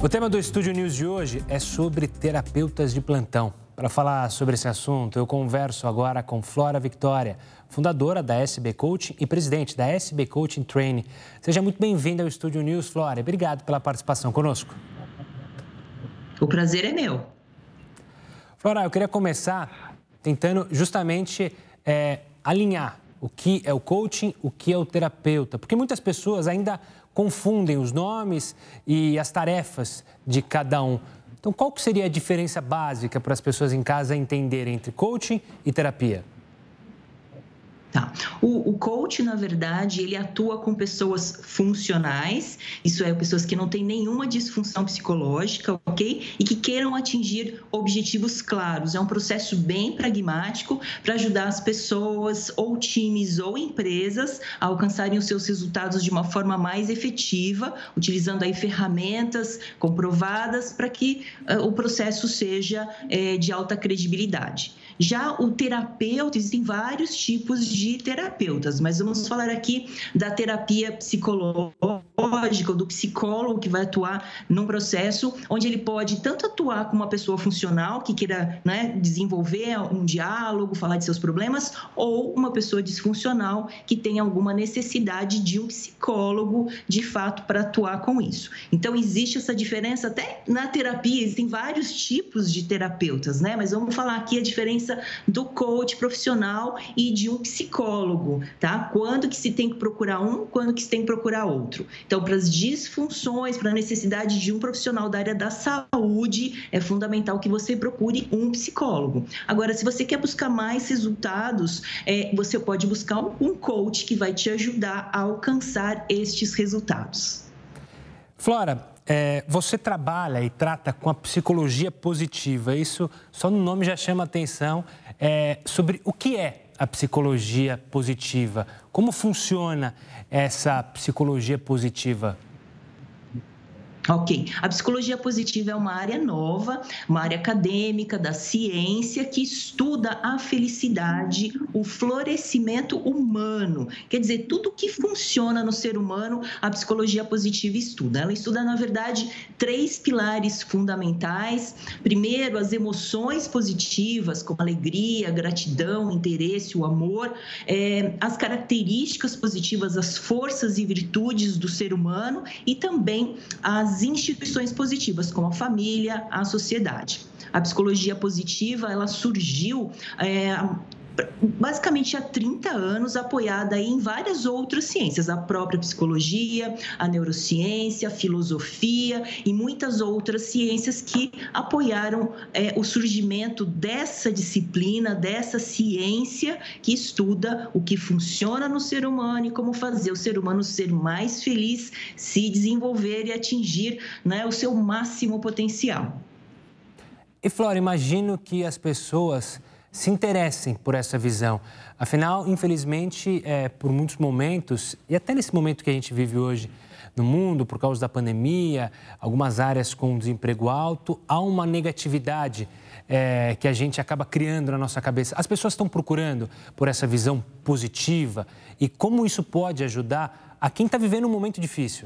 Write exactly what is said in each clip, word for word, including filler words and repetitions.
O tema do Estúdio News de hoje é sobre terapeutas de plantão. Para falar sobre esse assunto, eu converso agora com Flora Victoria, fundadora da S B Coaching e presidente da S B Coaching Training. Seja muito bem-vinda ao Estúdio News, Flora. Obrigado pela participação conosco. O prazer é meu. Flora, eu queria começar tentando justamente é, alinhar o que é o coaching, o que é o terapeuta, porque muitas pessoas ainda confundem os nomes e as tarefas de cada um. Então, qual que seria a diferença básica para as pessoas em casa entenderem entre coaching e terapia? Tá. O, o coach, na verdade, ele atua com pessoas funcionais, isso é, pessoas que não têm nenhuma disfunção psicológica, ok? E que queiram atingir objetivos claros. É um processo bem pragmático para ajudar as pessoas, ou times, ou empresas, a alcançarem os seus resultados de uma forma mais efetiva, utilizando aí ferramentas comprovadas para que uh, o processo seja uh, de alta credibilidade. Já o terapeuta, existem vários tipos de terapeutas, mas vamos falar aqui da terapia psicológica, do psicólogo que vai atuar num processo onde ele pode tanto atuar com uma pessoa funcional que queira, né, desenvolver um diálogo, falar de seus problemas, ou uma pessoa disfuncional que tem alguma necessidade de um psicólogo, de fato, para atuar com isso. Então, existe essa diferença até na terapia, existem vários tipos de terapeutas, né? Mas vamos falar aqui a diferença do coach profissional e de um psicólogo, tá? Quando que se tem que procurar um, quando que se tem que procurar outro. Então, para as disfunções, para a necessidade de um profissional da área da saúde, é fundamental que você procure um psicólogo. Agora, se você quer buscar mais resultados, é, você pode buscar um coach que vai te ajudar a alcançar estes resultados. Flora, É, você trabalha e trata com a psicologia positiva, isso só no nome já chama atenção, é, sobre o que é a psicologia positiva, como funciona essa psicologia positiva? Ok, a psicologia positiva é uma área nova, uma área acadêmica da ciência que estuda a felicidade, o florescimento humano. Quer dizer, tudo que funciona no ser humano, a psicologia positiva estuda. Ela estuda, na verdade, três pilares fundamentais. Primeiro, as emoções positivas, como alegria, gratidão, interesse, o amor, é, as características positivas, as forças e virtudes do ser humano e também as as instituições positivas, como a família, a sociedade. A psicologia positiva, ela surgiu é, basicamente há trinta anos, apoiada em várias outras ciências, a própria psicologia, a neurociência, a filosofia e muitas outras ciências que apoiaram é, o surgimento dessa disciplina, dessa ciência que estuda o que funciona no ser humano e como fazer o ser humano ser mais feliz, se desenvolver e atingir, né, o seu máximo potencial. E, Flora, imagino que as pessoas se interessem por essa visão. Afinal, infelizmente, é, por muitos momentos, e até nesse momento que a gente vive hoje no mundo, por causa da pandemia, algumas áreas com desemprego alto, há uma negatividade é, que a gente acaba criando na nossa cabeça. As pessoas estão procurando por essa visão positiva e como isso pode ajudar a quem está vivendo um momento difícil.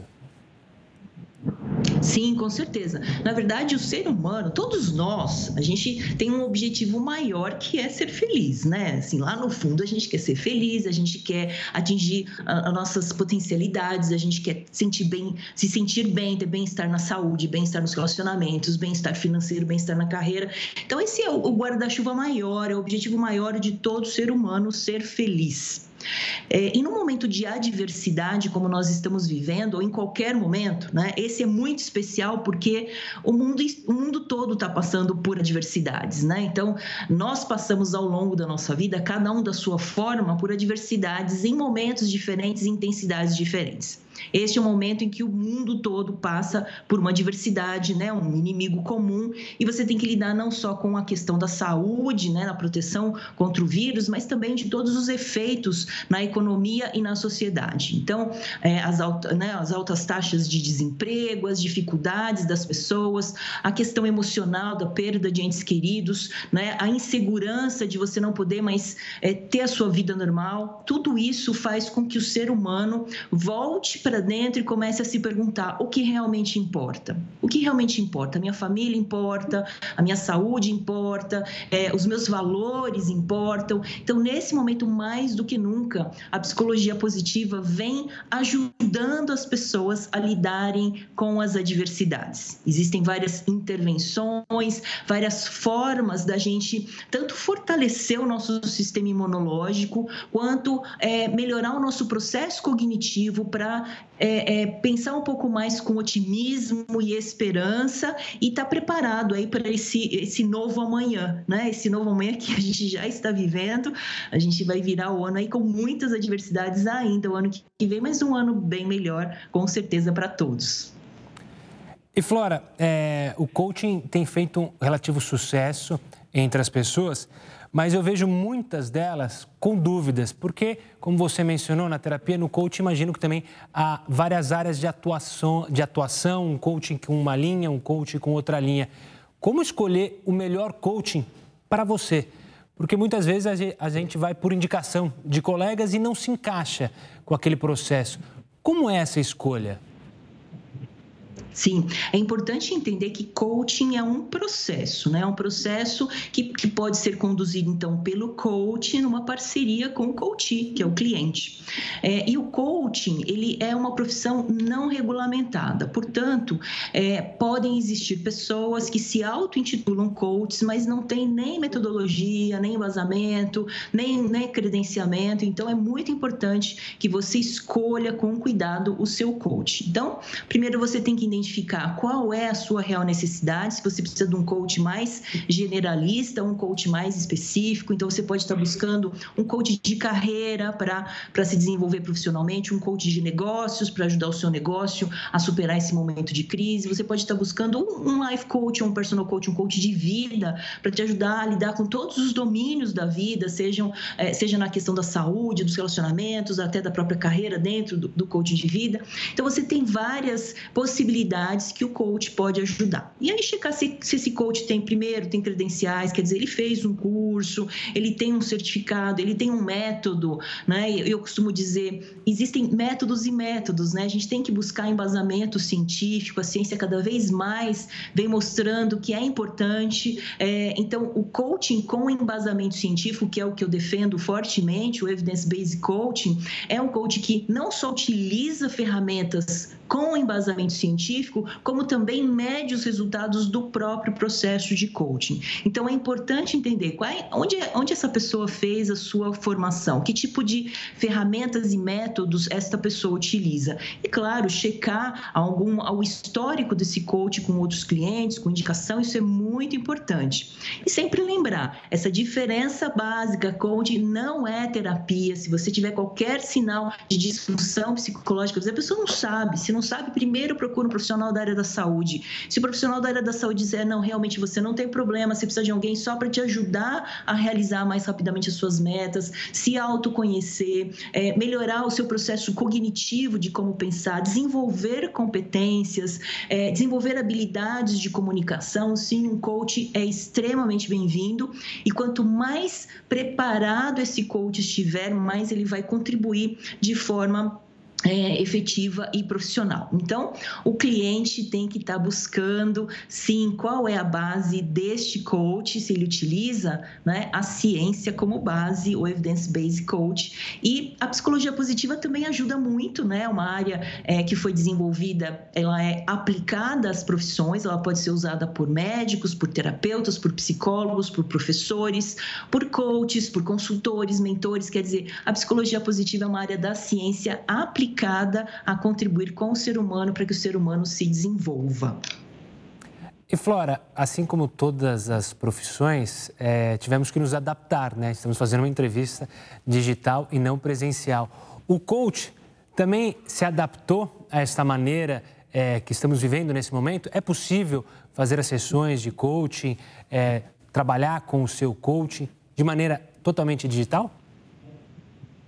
Sim, com certeza. Na verdade, o ser humano, todos nós, a gente tem um objetivo maior que é ser feliz, né? Assim, lá no fundo, a gente quer ser feliz, a gente quer atingir as nossas potencialidades, a gente quer sentir bem, se sentir bem, ter bem-estar na saúde, bem-estar nos relacionamentos, bem-estar financeiro, bem-estar na carreira. Então, esse é o guarda-chuva maior, é o objetivo maior de todo ser humano, ser feliz. É, e no momento de adversidade, como nós estamos vivendo, ou em qualquer momento, né, esse é muito especial porque o mundo, o mundo todo está passando por adversidades, né? Então, nós passamos ao longo da nossa vida, cada um da sua forma, por adversidades em momentos diferentes, em intensidades diferentes. Este é o momento em que o mundo todo passa por uma adversidade, né, um inimigo comum, e você tem que lidar não só com a questão da saúde, né, na proteção contra o vírus, mas também de todos os efeitos na economia e na sociedade. Então, é, as, alta, né, as altas taxas de desemprego, as dificuldades das pessoas, a questão emocional da perda de entes queridos, né, a insegurança de você não poder mais é, ter a sua vida normal, tudo isso faz com que o ser humano volte para dentro e comece a se perguntar o que realmente importa. O que realmente importa? A minha família importa, a minha saúde importa, é, os meus valores importam. Então, nesse momento, mais do que nunca, a psicologia positiva vem ajudando as pessoas a lidarem com as adversidades. Existem várias intervenções, várias formas da gente tanto fortalecer o nosso sistema imunológico, quanto é, melhorar o nosso processo cognitivo para é, é, pensar um pouco mais com otimismo e esperança e estar tá preparado aí para esse, esse novo amanhã, né? Esse novo amanhã que a gente já está vivendo. A gente vai virar o ano aí com muitas adversidades ainda, o ano que vem, mas um ano bem melhor, com certeza, para todos. E Flora, é, o coaching tem feito um relativo sucesso entre as pessoas, mas eu vejo muitas delas com dúvidas, porque, como você mencionou, na terapia, no coaching, imagino que também há várias áreas de atuação, de atuação, um coaching com uma linha, um coaching com outra linha. Como escolher o melhor coaching para você? Porque muitas vezes a gente vai por indicação de colegas e não se encaixa com aquele processo. Como é essa escolha? Sim, é importante entender que coaching é um processo, né? É um processo que, que pode ser conduzido, então, pelo coach numa parceria com o coachee, que é o cliente. É, e o coaching, ele é uma profissão não regulamentada, portanto, é, podem existir pessoas que se auto-intitulam coaches, mas não têm nem metodologia, nem embasamento, nem, nem credenciamento, então é muito importante que você escolha com cuidado o seu coach. Então, primeiro você tem que identificar identificar qual é a sua real necessidade, se você precisa de um coach mais generalista, um coach mais específico, então você pode estar buscando um coach de carreira para para se desenvolver profissionalmente, um coach de negócios para ajudar o seu negócio a superar esse momento de crise, você pode estar buscando um life coach, um personal coach, um coach de vida para te ajudar a lidar com todos os domínios da vida, sejam, é, seja na questão da saúde, dos relacionamentos, até da própria carreira dentro do, do coaching de vida. Então você tem várias possibilidades que o coach pode ajudar. E aí checar se, se esse coach tem, primeiro, tem credenciais, quer dizer, ele fez um curso, ele tem um certificado, ele tem um método, né? Eu costumo dizer, existem métodos e métodos, né? A gente tem que buscar embasamento científico, a ciência cada vez mais vem mostrando que é importante. É, então, o coaching com embasamento científico, que é o que eu defendo fortemente, o Evidence-Based Coaching, é um coaching que não só utiliza ferramentas com embasamento científico, como também mede os resultados do próprio processo de coaching. Então, é importante entender qual é, onde, onde essa pessoa fez a sua formação, que tipo de ferramentas e métodos esta pessoa utiliza. E, claro, checar algum, o histórico desse coach com outros clientes, com indicação, isso é muito importante. E sempre lembrar, essa diferença básica, coaching não é terapia. Se você tiver qualquer sinal de disfunção psicológica, a pessoa não sabe, se não sabe, primeiro procura um profissional da área da saúde. Se o profissional da área da saúde disser, não, realmente você não tem problema, você precisa de alguém só para te ajudar a realizar mais rapidamente as suas metas, se autoconhecer, é, melhorar o seu processo cognitivo de como pensar, desenvolver competências, é, desenvolver habilidades de comunicação, sim, um coach é extremamente bem-vindo e quanto mais preparado esse coach estiver, mais ele vai contribuir de forma É, efetiva e profissional. Então, o cliente tem que estar buscando, sim, qual é a base deste coach, se ele utiliza, né, a ciência como base, o Evidence-Based Coach. E a psicologia positiva também ajuda muito, né? Uma área é, que foi desenvolvida, ela é aplicada às profissões, ela pode ser usada por médicos, por terapeutas, por psicólogos, por professores, por coaches, por consultores, mentores. Quer dizer, a psicologia positiva é uma área da ciência aplicada a contribuir com o ser humano para que o ser humano se desenvolva. E Flora, assim como todas as profissões, é, tivemos que nos adaptar, né? Estamos fazendo uma entrevista digital e não presencial. O coach também se adaptou a esta maneira é, que estamos vivendo nesse momento? É possível fazer as sessões de coaching, é, trabalhar com o seu coaching de maneira totalmente digital?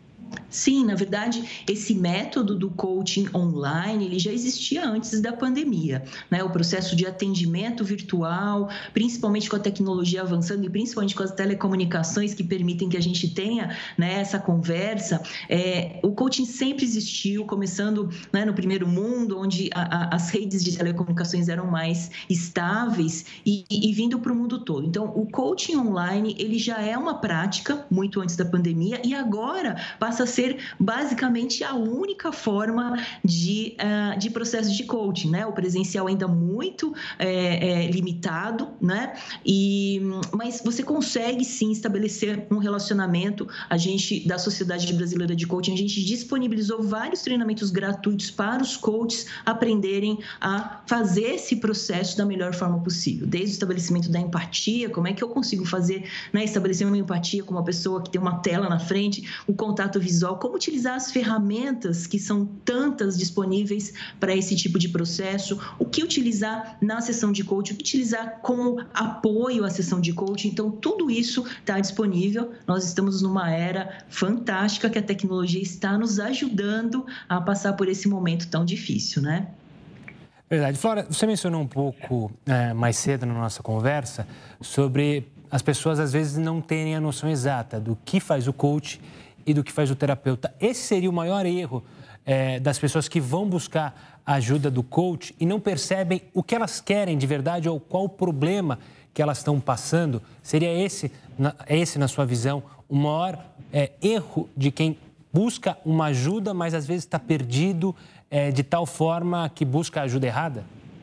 Sim, na verdade, esse método do coaching online, ele já existia antes da pandemia, né? O processo de atendimento virtual, principalmente com a tecnologia avançando e principalmente com as telecomunicações que permitem que a gente tenha, né, essa conversa, é, o coaching sempre existiu, começando, né, no primeiro mundo, onde a, a, as redes de telecomunicações eram mais estáveis e, e, e vindo para o mundo todo. Então, o coaching online, ele já é uma prática muito antes da pandemia e agora passa a ser ser basicamente a única forma de, uh, de processo de coaching, né? O presencial ainda muito é, é, limitado, né? E, mas você consegue sim estabelecer um relacionamento. A gente, da Sociedade Brasileira de Coaching, a gente disponibilizou vários treinamentos gratuitos para os coaches aprenderem a fazer esse processo da melhor forma possível, desde o estabelecimento da empatia, como é que eu consigo fazer, né, estabelecer uma empatia com uma pessoa que tem uma tela na frente, o contato visual, como utilizar as ferramentas que são tantas disponíveis para esse tipo de processo, o que utilizar na sessão de coaching, o que utilizar como apoio à sessão de coaching. Então, tudo isso está disponível. Nós estamos numa era fantástica que a tecnologia está nos ajudando a passar por esse momento tão difícil, né? Verdade. Flora, você mencionou um pouco é, mais cedo na nossa conversa sobre as pessoas, às vezes, não terem a noção exata do que faz o coach e do que faz o terapeuta. Esse seria o maior erro é, das pessoas que vão buscar a ajuda do coach e não percebem o que elas querem de verdade ou qual o problema que elas estão passando. Seria esse, na, esse na sua visão, o maior é, erro de quem busca uma ajuda, mas às vezes está perdido é, de tal forma que busca a ajuda errada?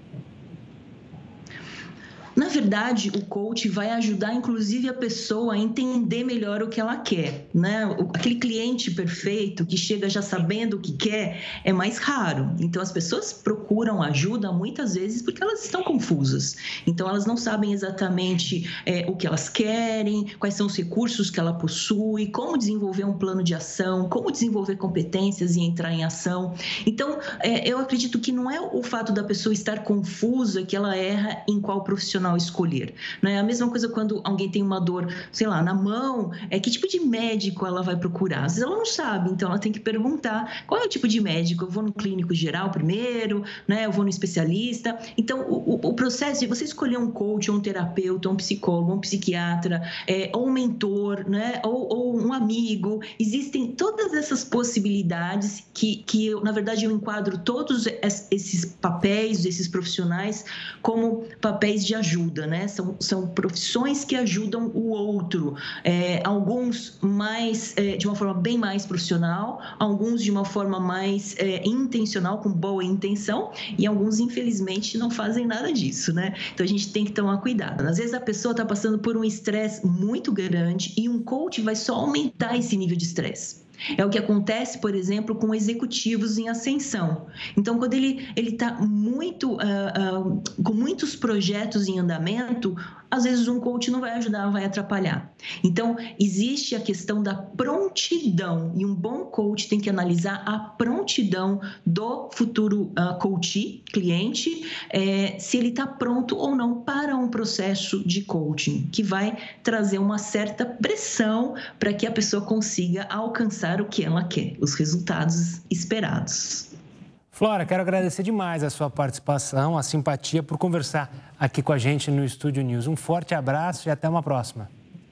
Na verdade, o coach vai ajudar, inclusive, a pessoa a entender melhor o que ela quer, né? Aquele cliente perfeito que chega já sabendo o que quer é mais raro. Então, as pessoas procuram ajuda muitas vezes porque elas estão confusas. Então, elas não sabem exatamente é, o que elas querem, quais são os recursos que ela possui, como desenvolver um plano de ação, como desenvolver competências e entrar em ação. Então, é, eu acredito que não é o fato da pessoa estar confusa que ela erra em qual profissional escolher, né? A mesma coisa quando alguém tem uma dor, sei lá, na mão, é que tipo de médico ela vai procurar? Às vezes ela não sabe, então ela tem que perguntar qual é o tipo de médico. Eu vou no clínico geral primeiro, né? Eu vou no especialista. Então, o, o processo de você escolher um coach, ou um terapeuta, ou um psicólogo, ou um psiquiatra, é, ou um mentor, né? Ou, ou um amigo, existem todas essas possibilidades que, que eu, na verdade, eu enquadro todos esses papéis, esses profissionais como papéis de ajuda. Ajuda, né? São, são profissões que ajudam o outro, é, alguns mais é, de uma forma bem mais profissional, alguns de uma forma mais é, intencional, com boa intenção, e alguns, infelizmente, não fazem nada disso, né? Então, a gente tem que tomar cuidado. Às vezes, a pessoa está passando por um estresse muito grande e um coach vai só aumentar esse nível de estresse. É o que acontece, por exemplo, com executivos em ascensão. Então, quando ele ele está muito uh, uh, com muitos projetos em andamento, às vezes um coach não vai ajudar, vai atrapalhar. Então, existe a questão da prontidão e um bom coach tem que analisar a prontidão do futuro uh, coach, cliente, é, se ele está pronto ou não para um processo de coaching, que vai trazer uma certa pressão para que a pessoa consiga alcançar o que ela quer, os resultados esperados. Flora, quero agradecer demais a sua participação, a simpatia por conversar aqui com a gente no Estúdio News. Um forte abraço e até uma próxima.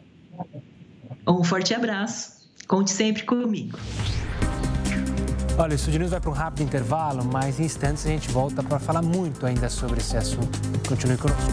Um forte abraço. Conte sempre comigo. Olha, o Estúdio News vai para um rápido intervalo, mas em instantes a gente volta para falar muito ainda sobre esse assunto. Continue conosco.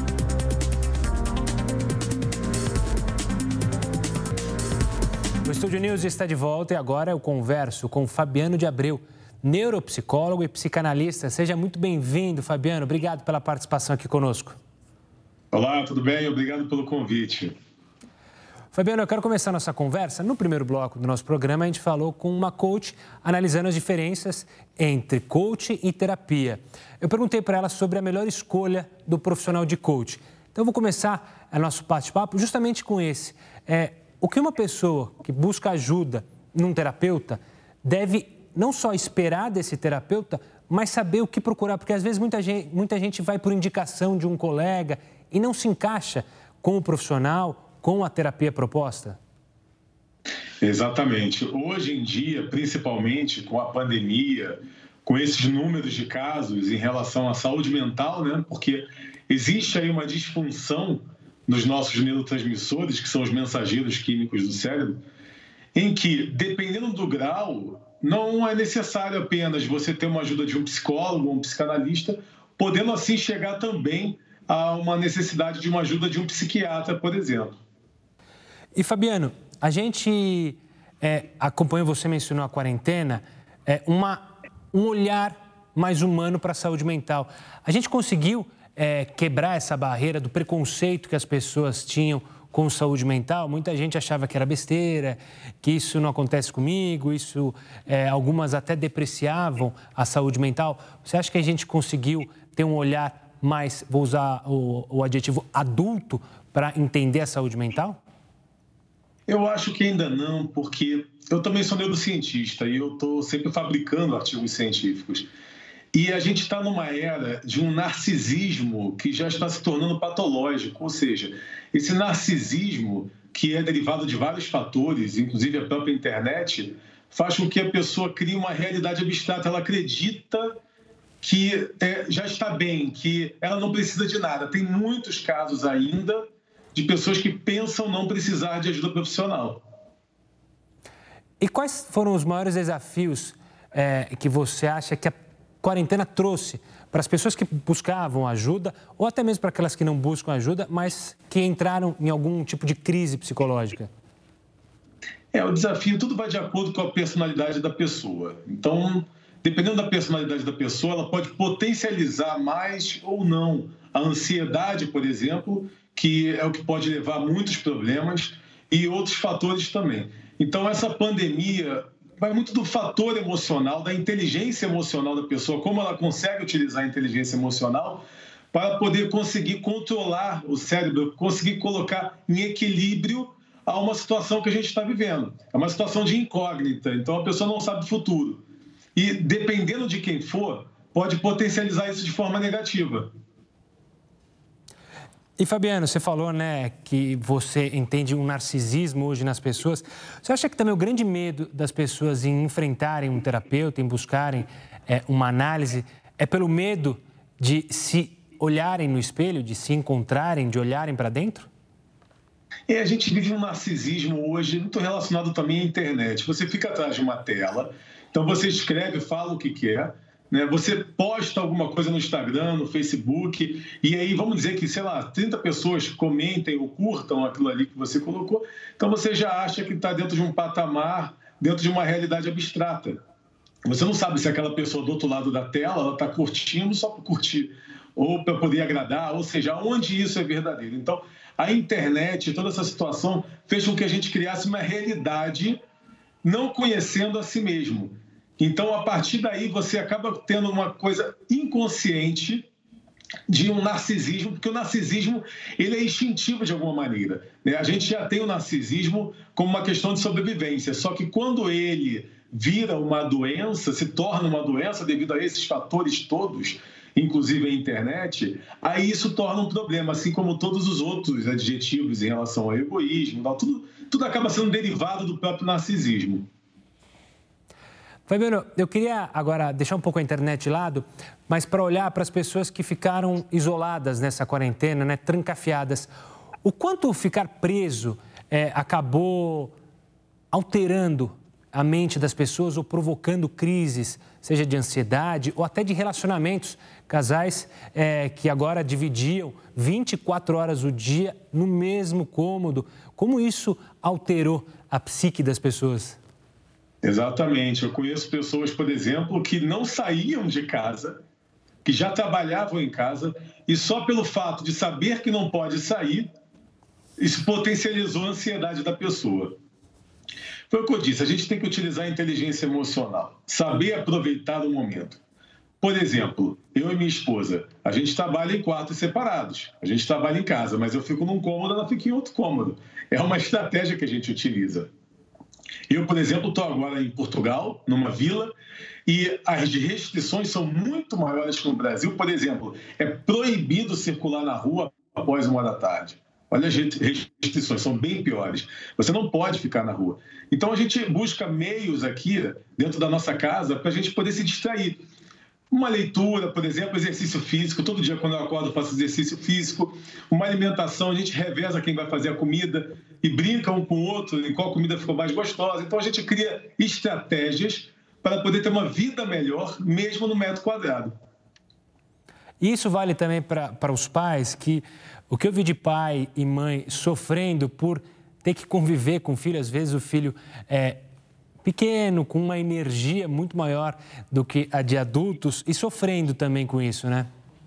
O Estúdio News está de volta e agora eu converso com Fabiano de Abreu, neuropsicólogo e psicanalista. Seja muito bem-vindo, Fabiano. Obrigado pela participação aqui conosco. Olá, tudo bem? Obrigado pelo convite. Fabiano, eu quero começar a nossa conversa. No primeiro bloco do nosso programa, a gente falou com uma coach analisando as diferenças entre coach e terapia. Eu perguntei para ela sobre a melhor escolha do profissional de coach. Então, eu vou começar o nosso bate-papo justamente com esse. É, o que uma pessoa que busca ajuda num terapeuta deve não só esperar desse terapeuta, mas saber o que procurar, porque às vezes muita gente, muita gente vai por indicação de um colega e não se encaixa com o profissional, com a terapia proposta? Exatamente. Hoje em dia, principalmente com a pandemia, com esses números de casos em relação à saúde mental, né? Porque existe aí uma disfunção nos nossos neurotransmissores, que são os mensageiros químicos do cérebro, em que, dependendo do grau, não é necessário apenas você ter uma ajuda de um psicólogo, um psicanalista, podendo assim chegar também a uma necessidade de uma ajuda de um psiquiatra, por exemplo. E, Fabiano, a gente é, acompanha, você mencionou a quarentena, é, uma, um olhar mais humano para a saúde mental. A gente conseguiu é, quebrar essa barreira do preconceito que as pessoas tinham com saúde mental? Muita gente achava que era besteira, que isso não acontece comigo, isso, é, algumas até depreciavam a saúde mental. Você acha que a gente conseguiu ter um olhar mais, vou usar o, o adjetivo adulto, para entender a saúde mental? Eu acho que ainda não, porque eu também sou neurocientista e eu estou sempre fabricando artigos científicos. E a gente está numa era de um narcisismo que já está se tornando patológico, ou seja, esse narcisismo, que é derivado de vários fatores, inclusive a própria internet, faz com que a pessoa crie uma realidade abstrata. Ela acredita que é, já está bem, que ela não precisa de nada. Tem muitos casos ainda de pessoas que pensam não precisar de ajuda profissional. E quais foram os maiores desafios é, que você acha que a quarentena trouxe para as pessoas que buscavam ajuda, ou até mesmo para aquelas que não buscam ajuda, mas que entraram em algum tipo de crise psicológica? É, o desafio, tudo vai de acordo com a personalidade da pessoa. Então, dependendo da personalidade da pessoa, ela pode potencializar mais ou não a ansiedade, por exemplo, que é o que pode levar a muitos problemas, e outros fatores também. Então, essa pandemia vai muito do fator emocional, da inteligência emocional da pessoa, como ela consegue utilizar a inteligência emocional para poder conseguir controlar o cérebro, conseguir colocar em equilíbrio a uma situação que a gente está vivendo. É uma situação de incógnita, então a pessoa não sabe o futuro. E, dependendo de quem for, pode potencializar isso de forma negativa. E, Fabiano, você falou, né, que você entende um narcisismo hoje nas pessoas. Você acha que também o grande medo das pessoas em enfrentarem um terapeuta, em buscarem é, uma análise, é pelo medo de se olharem no espelho, de se encontrarem, de olharem para dentro? É, a gente vive um narcisismo hoje muito relacionado também à internet. Você fica atrás de uma tela, então você escreve, fala o que quer, né? Você posta alguma coisa no Instagram, no Facebook, e aí vamos dizer que, sei lá, trinta pessoas comentem ou curtam aquilo ali que você colocou, então você já acha que está dentro de um patamar, dentro de uma realidade abstrata. Você não sabe se aquela pessoa do outro lado da tela ela está curtindo só por curtir, ou para poder agradar, ou seja, onde isso é verdadeiro. Então, a internet, toda essa situação, fez com que a gente criasse uma realidade não conhecendo a si mesmo. Então, a partir daí, você acaba tendo uma coisa inconsciente de um narcisismo, porque o narcisismo ele é instintivo de alguma maneira, né? A gente já tem o narcisismo como uma questão de sobrevivência, só que quando ele vira uma doença, se torna uma doença devido a esses fatores todos, inclusive a internet, aí isso torna um problema, assim como todos os outros adjetivos em relação ao egoísmo, tal, tudo, tudo acaba sendo derivado do próprio narcisismo. Fabiano, eu queria agora deixar um pouco a internet de lado, mas para olhar para as pessoas que ficaram isoladas nessa quarentena, né, trancafiadas. O quanto ficar preso é, acabou alterando a mente das pessoas ou provocando crises, seja de ansiedade ou até de relacionamentos, casais é, que agora dividiam vinte e quatro horas o dia no mesmo cômodo. Como isso alterou a psique das pessoas? Exatamente. Eu conheço pessoas, por exemplo, que não saíam de casa, que já trabalhavam em casa, e só pelo fato de saber que não pode sair, isso potencializou a ansiedade da pessoa. Foi o que eu disse, a gente tem que utilizar a inteligência emocional, saber aproveitar o momento. Por exemplo, eu e minha esposa, a gente trabalha em quartos separados, a gente trabalha em casa, mas eu fico num cômodo, ela fica em outro cômodo. É uma estratégia que a gente utiliza. Eu, por exemplo, estou agora em Portugal, numa vila, e as restrições são muito maiores que no Brasil. Por exemplo, é proibido circular na rua após uma da tarde. Olha as restrições, são bem piores. Você não pode ficar na rua. Então, a gente busca meios aqui, dentro da nossa casa, para a gente poder se distrair. Uma leitura, por exemplo, exercício físico. Todo dia, quando eu acordo, eu faço exercício físico. Uma alimentação, a gente reveza quem vai fazer a comida e brinca um com o outro em qual comida ficou mais gostosa. Então, a gente cria estratégias para poder ter uma vida melhor, mesmo no metro quadrado. E isso vale também para, para os pais, que o que eu vi de pai e mãe sofrendo por ter que conviver com o filho, às vezes o filho é pequeno, com uma energia muito maior do que a de adultos e sofrendo também com isso, né?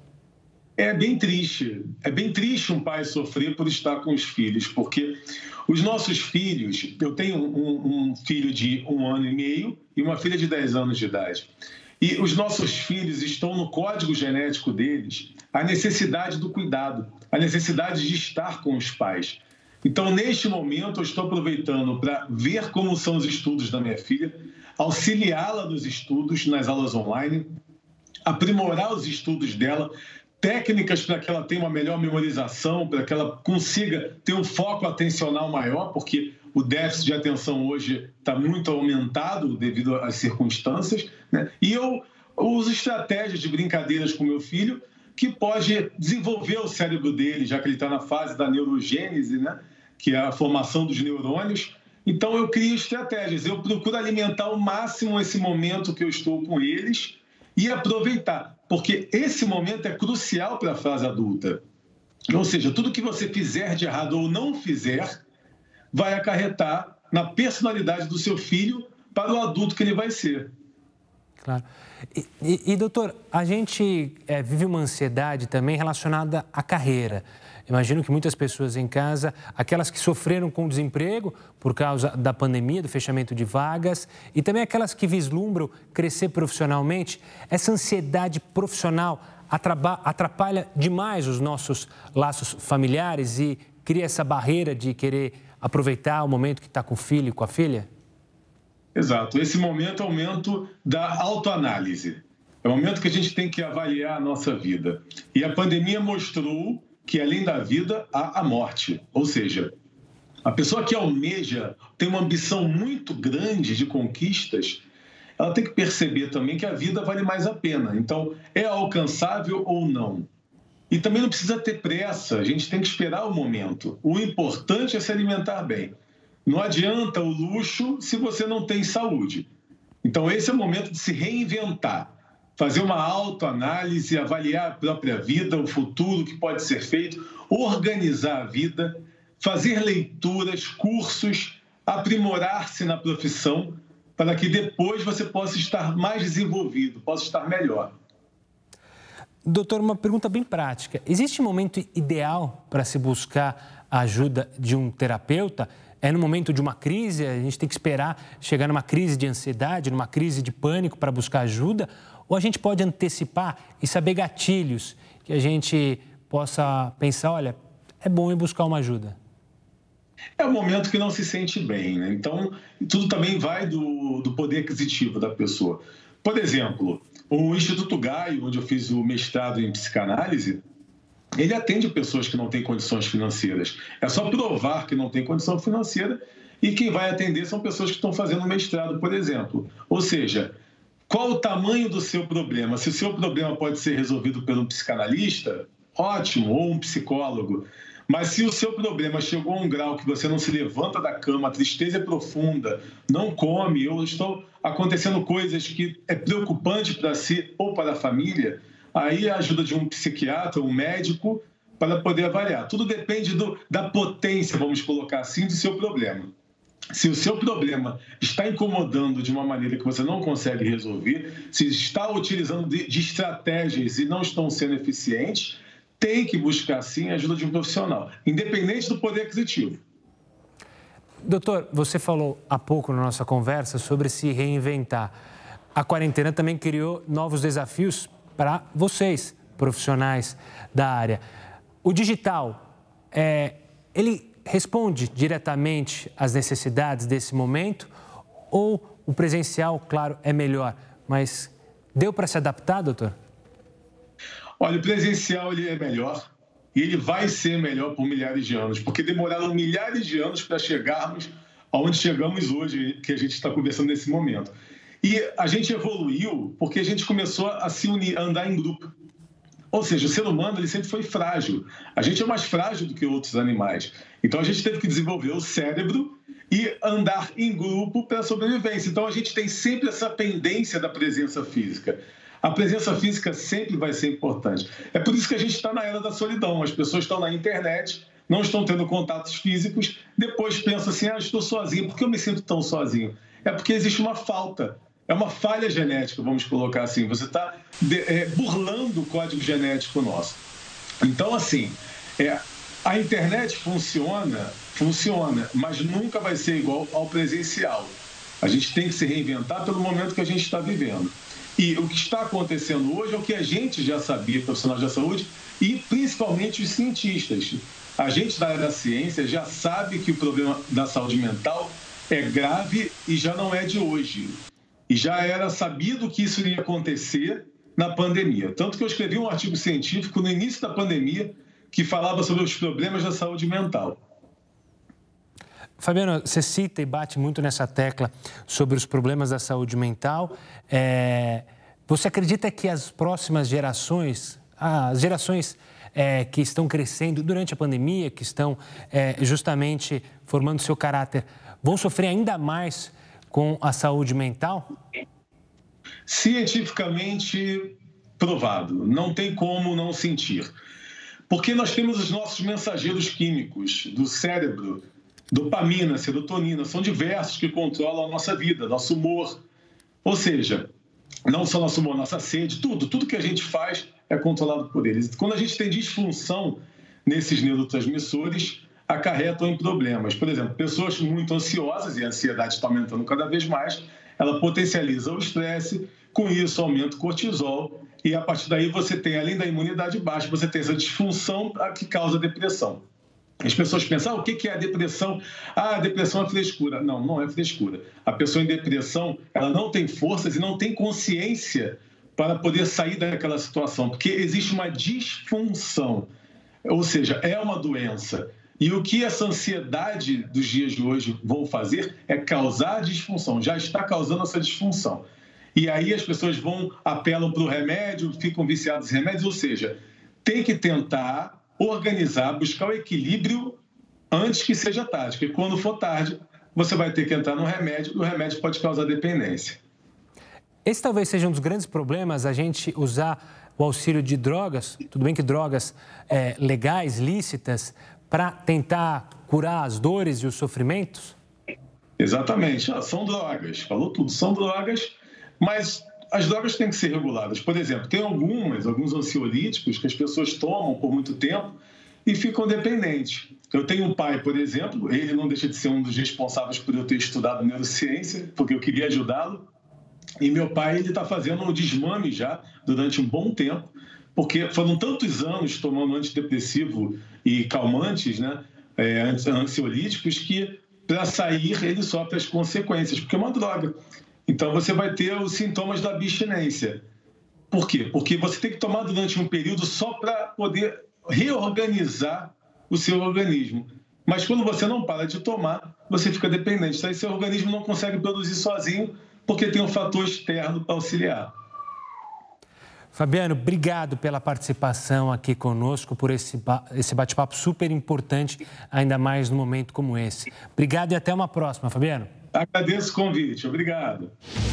É bem triste, é bem triste um pai sofrer por estar com os filhos, porque os nossos filhos, eu tenho um, um filho de um ano e meio e uma filha de dez anos de idade. E os nossos filhos estão no código genético deles a necessidade do cuidado, a necessidade de estar com os pais. Então, neste momento, eu estou aproveitando para ver como são os estudos da minha filha, auxiliá-la nos estudos, nas aulas online, aprimorar os estudos dela, técnicas para que ela tenha uma melhor memorização, para que ela consiga ter um foco atencional maior, porque o déficit de atenção hoje está muito aumentado devido às circunstâncias, né? E eu uso estratégias de brincadeiras com meu filho que pode desenvolver o cérebro dele, já que ele está na fase da neurogênese, né? Que é a formação dos neurônios. Então, eu crio estratégias. Eu procuro alimentar ao máximo esse momento que eu estou com eles e aproveitar, porque esse momento é crucial para a fase adulta. Ou seja, tudo que você fizer de errado ou não fizer vai acarretar na personalidade do seu filho para o adulto que ele vai ser. Claro. E, e, e doutor, a gente é, vive uma ansiedade também relacionada à carreira. Imagino que muitas pessoas em casa, aquelas que sofreram com o desemprego por causa da pandemia, do fechamento de vagas, e também aquelas que vislumbram crescer profissionalmente, essa ansiedade profissional atrapalha demais os nossos laços familiares e cria essa barreira de querer aproveitar o momento que está com o filho e com a filha? Exato. Esse momento é o momento da autoanálise. É o momento que a gente tem que avaliar a nossa vida. E a pandemia mostrou que, além da vida, há a morte. Ou seja, a pessoa que almeja, tem uma ambição muito grande de conquistas, ela tem que perceber também que a vida vale mais a pena. Então, é alcançável ou não? E também não precisa ter pressa, a gente tem que esperar o momento. O importante é se alimentar bem. Não adianta o luxo se você não tem saúde. Então, esse é o momento de se reinventar, fazer uma autoanálise, avaliar a própria vida, o futuro que pode ser feito, organizar a vida, fazer leituras, cursos, aprimorar-se na profissão, para que depois você possa estar mais desenvolvido, possa estar melhor. Doutor, uma pergunta bem prática. Existe um momento ideal para se buscar a ajuda de um terapeuta? É no momento de uma crise, a gente tem que esperar chegar numa crise de ansiedade, numa crise de pânico para buscar ajuda? Ou a gente pode antecipar e saber gatilhos que a gente possa pensar, olha, é bom ir buscar uma ajuda? É um momento que não se sente bem, né? Então, tudo também vai do, do poder aquisitivo da pessoa. Por exemplo, o Instituto Gaio, onde eu fiz o mestrado em psicanálise, ele atende pessoas que não têm condições financeiras. É só provar que não tem condição financeira e quem vai atender são pessoas que estão fazendo mestrado, por exemplo. Ou seja, qual o tamanho do seu problema? Se o seu problema pode ser resolvido por um psicanalista, ótimo, ou um psicólogo. Mas se o seu problema chegou a um grau que você não se levanta da cama, a tristeza é profunda, não come, ou estão acontecendo coisas que é preocupante para si ou para a família, aí a ajuda de um psiquiatra, um médico, para poder avaliar. Tudo depende do, da potência, vamos colocar assim, do seu problema. Se o seu problema está incomodando de uma maneira que você não consegue resolver, se está utilizando de, de estratégias e não estão sendo eficientes, tem que buscar, sim, a ajuda de um profissional, independente do poder aquisitivo. Doutor, você falou há pouco na nossa conversa sobre se reinventar. A quarentena também criou novos desafios para vocês, profissionais da área. O digital, é, ele responde diretamente às necessidades desse momento ou o presencial, claro, é melhor? Mas deu para se adaptar, doutor? Olha, o presencial ele é melhor, e ele vai ser melhor por milhares de anos, porque demoraram milhares de anos para chegarmos aonde chegamos hoje, que a gente está conversando nesse momento. E a gente evoluiu porque a gente começou a se unir, a andar em grupo. Ou seja, o ser humano ele sempre foi frágil. A gente é mais frágil do que outros animais. Então, a gente teve que desenvolver o cérebro e andar em grupo para a sobrevivência. Então, a gente tem sempre essa pendência da presença física. A presença física sempre vai ser importante. É por isso que a gente está na era da solidão. As pessoas estão na internet, não estão tendo contatos físicos, depois pensam assim, ah, estou sozinho. Por que eu me sinto tão sozinho? É porque existe uma falta. É uma falha genética, vamos colocar assim. Você está é, burlando o código genético nosso. Então, assim, é, a internet funciona, funciona, mas nunca vai ser igual ao presencial. A gente tem que se reinventar pelo momento que a gente está vivendo. E o que está acontecendo hoje é o que a gente já sabia, profissionais da saúde, e principalmente os cientistas. A gente da área da ciência já sabe que o problema da saúde mental é grave e já não é de hoje. E já era sabido que isso iria acontecer na pandemia. Tanto que eu escrevi um artigo científico no início da pandemia que falava sobre os problemas da saúde mental. Fabiano, você cita e bate muito nessa tecla sobre os problemas da saúde mental. É... Você acredita que as próximas gerações, as gerações é, que estão crescendo durante a pandemia, que estão é, justamente formando seu caráter, vão sofrer ainda mais com a saúde mental? Cientificamente provado. Não tem como não sentir. Porque nós temos os nossos mensageiros químicos do cérebro, dopamina, serotonina, são diversos que controlam a nossa vida, nosso humor. Ou seja, não só nosso humor, nossa sede, tudo, tudo que a gente faz é controlado por eles. Quando a gente tem disfunção nesses neurotransmissores, acarretam em problemas. Por exemplo, pessoas muito ansiosas, e a ansiedade está aumentando cada vez mais, ela potencializa o estresse, com isso aumenta o cortisol, e a partir daí você tem, além da imunidade baixa, você tem essa disfunção que causa depressão. As pessoas pensam, ah, o que é a depressão? Ah, a depressão é frescura. Não, não é frescura. A pessoa em depressão, ela não tem forças e não tem consciência para poder sair daquela situação, porque existe uma disfunção, ou seja, é uma doença. E o que essa ansiedade dos dias de hoje vão fazer é causar disfunção, já está causando essa disfunção. E aí as pessoas vão, apelam para o remédio, ficam viciadas em remédios, ou seja, tem que tentar organizar, buscar o equilíbrio antes que seja tarde, porque quando for tarde, você vai ter que entrar no remédio, e o remédio pode causar dependência. Esse talvez seja um dos grandes problemas, a gente usar o auxílio de drogas, tudo bem que drogas é, legais, lícitas, para tentar curar as dores e os sofrimentos? Exatamente, são drogas, falou tudo, são drogas, mas as drogas têm que ser reguladas. Por exemplo, tem algumas, alguns ansiolíticos que as pessoas tomam por muito tempo e ficam dependentes. Eu tenho um pai, por exemplo, ele não deixa de ser um dos responsáveis por eu ter estudado neurociência, porque eu queria ajudá-lo, e meu pai ele está fazendo um desmame já durante um bom tempo, porque foram tantos anos tomando antidepressivo e calmantes, né, é, ansiolíticos, que para sair ele sofre as consequências, porque é uma droga. Então você vai ter os sintomas da abstinência. Por quê? Porque você tem que tomar durante um período só para poder reorganizar o seu organismo. Mas quando você não para de tomar, você fica dependente. Então, seu organismo não consegue produzir sozinho, porque tem um fator externo para auxiliar. Fabiano, obrigado pela participação aqui conosco, por esse, esse bate-papo super importante, ainda mais num momento como esse. Obrigado e até uma próxima, Fabiano. Agradeço o convite. Obrigado.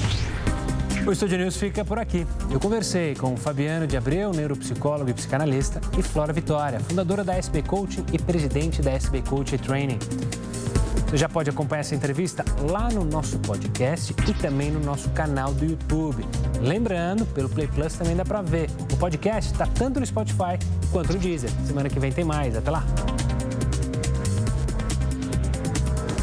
O Estúdio News fica por aqui. Eu conversei com Fabiano de Abreu, neuropsicólogo e psicanalista, e Flora Vitória, fundadora da S B Coaching e presidente da S B Coaching Training. Você já pode acompanhar essa entrevista lá no nosso podcast e também no nosso canal do YouTube. Lembrando, pelo Play Plus também dá para ver. O podcast está tanto no Spotify quanto no Deezer. Semana que vem tem mais. Até lá!